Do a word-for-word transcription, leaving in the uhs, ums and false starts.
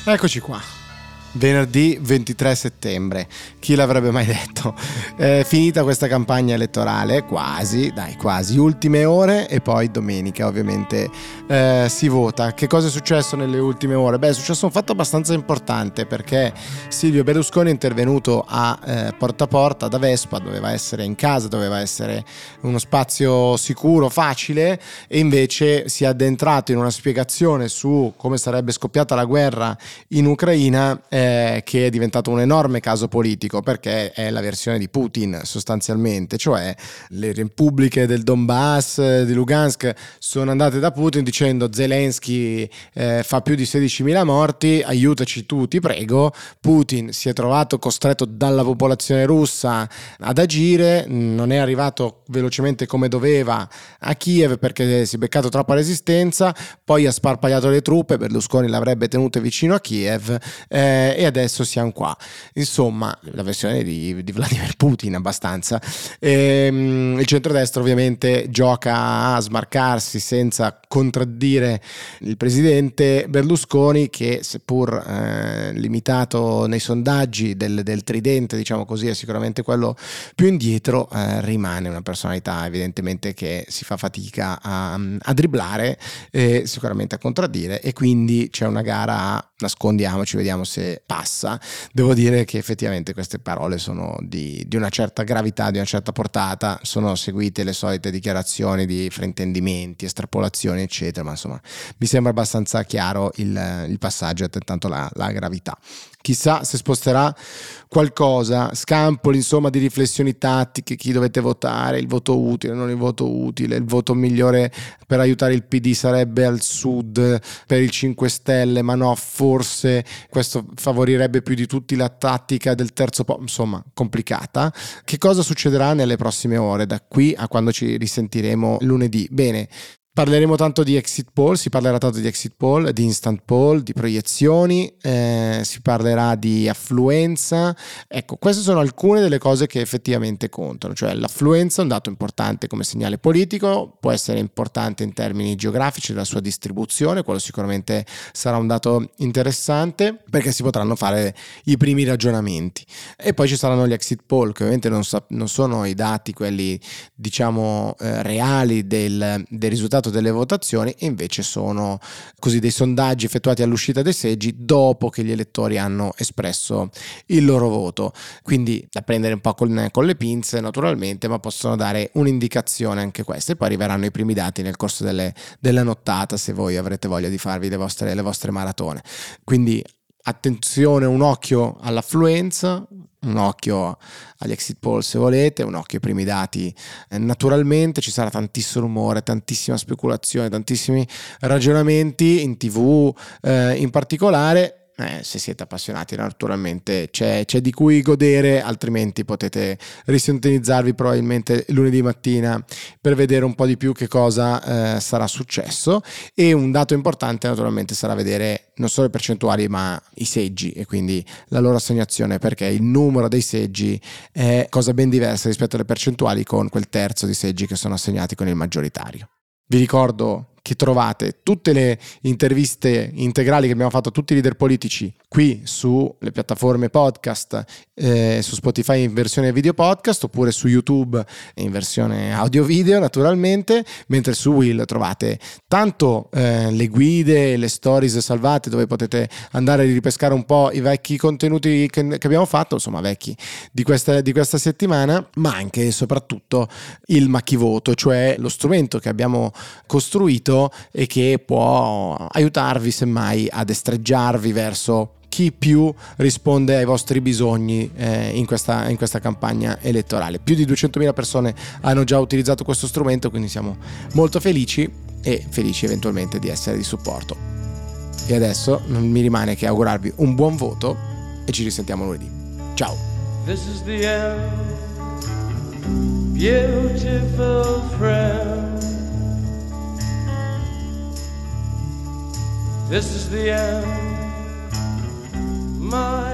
Eccoci qua. Venerdì ventitré settembre, chi l'avrebbe mai detto? È finita questa campagna elettorale, quasi, dai quasi, ultime ore e poi domenica ovviamente eh, si vota. Che cosa è successo nelle ultime ore? Beh, è successo un fatto abbastanza importante perché Silvio Berlusconi è intervenuto a eh, Porta a Porta da Vespa, doveva essere in casa, doveva essere uno spazio sicuro, facile, e invece si è addentrato in una spiegazione su come sarebbe scoppiata la guerra in Ucraina, eh, che è diventato un enorme caso politico perché è la versione di Putin sostanzialmente, cioè le repubbliche del Donbass, di Lugansk sono andate da Putin dicendo Zelensky eh, fa più di sedicimila morti, aiutaci tu ti prego. Putin si è trovato costretto dalla popolazione russa ad agire, non è arrivato velocemente come doveva a Kiev perché si è beccato troppa resistenza, poi ha sparpagliato le truppe, Berlusconi l'avrebbe tenute vicino a Kiev, eh, e adesso siamo qua. Insomma, la versione di, di Vladimir Putin abbastanza. E, um, il centrodestra ovviamente gioca a smarcarsi senza contraddire il presidente Berlusconi, che seppur eh, limitato nei sondaggi del, del tridente, diciamo così, è sicuramente quello più indietro, eh, rimane una personalità evidentemente che si fa fatica a, a dribblare, eh, sicuramente a contraddire, e quindi c'è una gara a nascondiamoci, vediamo se passa. Devo dire che effettivamente queste parole sono di, di una certa gravità, di una certa portata, sono seguite le solite dichiarazioni di fraintendimenti, estrapolazioni eccetera, ma insomma mi sembra abbastanza chiaro il, il passaggio e tanto la, la gravità. Chissà se sposterà qualcosa, scampoli insomma di riflessioni tattiche, chi dovete votare, il voto utile, non il voto utile, il voto migliore per aiutare il P D sarebbe al sud per il cinque Stelle, ma no, forse questo favorirebbe più di tutti la tattica del terzo po', insomma complicata. Che cosa succederà nelle prossime ore da qui a quando ci risentiremo lunedì? Bene, parleremo tanto di exit poll, si parlerà tanto di exit poll, di instant poll, di proiezioni, eh, si parlerà di affluenza. Ecco, queste sono alcune delle cose che effettivamente contano, cioè l'affluenza è un dato importante come segnale politico, può essere importante in termini geografici della sua distribuzione, quello sicuramente sarà un dato interessante perché si potranno fare i primi ragionamenti. E poi ci saranno gli exit poll, che ovviamente non, sa- non sono i dati quelli diciamo eh, reali del, del risultato delle votazioni, e invece sono così dei sondaggi effettuati all'uscita dei seggi dopo che gli elettori hanno espresso il loro voto, quindi da prendere un po' con, con le pinze naturalmente, ma possono dare un'indicazione anche queste. E poi arriveranno i primi dati nel corso delle, della nottata, se voi avrete voglia di farvi le vostre, le vostre maratone. Quindi attenzione, un occhio all'affluenza, un occhio agli exit poll se volete, un occhio ai primi dati. Eh, naturalmente ci sarà tantissimo rumore, tantissima speculazione, tantissimi ragionamenti in tivù, eh, in particolare. Eh, se siete appassionati naturalmente c'è, c'è di cui godere, altrimenti potete risintonizzarvi probabilmente lunedì mattina per vedere un po' di più che cosa eh, sarà successo. E un dato importante naturalmente sarà vedere non solo le percentuali ma i seggi e quindi la loro assegnazione, perché il numero dei seggi è cosa ben diversa rispetto alle percentuali, con quel terzo di seggi che sono assegnati con il maggioritario. Vi ricordo che trovate tutte le interviste integrali che abbiamo fatto a tutti i leader politici qui sulle piattaforme podcast, eh, su Spotify in versione video podcast, oppure su YouTube in versione audio video naturalmente, mentre su Will trovate tanto eh, le guide, le stories salvate dove potete andare a ripescare un po' i vecchi contenuti che, che abbiamo fatto, insomma vecchi di questa, di questa settimana, ma anche e soprattutto il Machivoto, cioè lo strumento che abbiamo costruito e che può aiutarvi semmai a destreggiarvi verso chi più risponde ai vostri bisogni eh, in, questa, in questa campagna elettorale. Più di duecentomila persone hanno già utilizzato questo strumento, quindi siamo molto felici e felici eventualmente di essere di supporto. E adesso non mi rimane che augurarvi un buon voto e ci risentiamo lunedì. Ciao! This is the end, beautiful friend. This is the end, my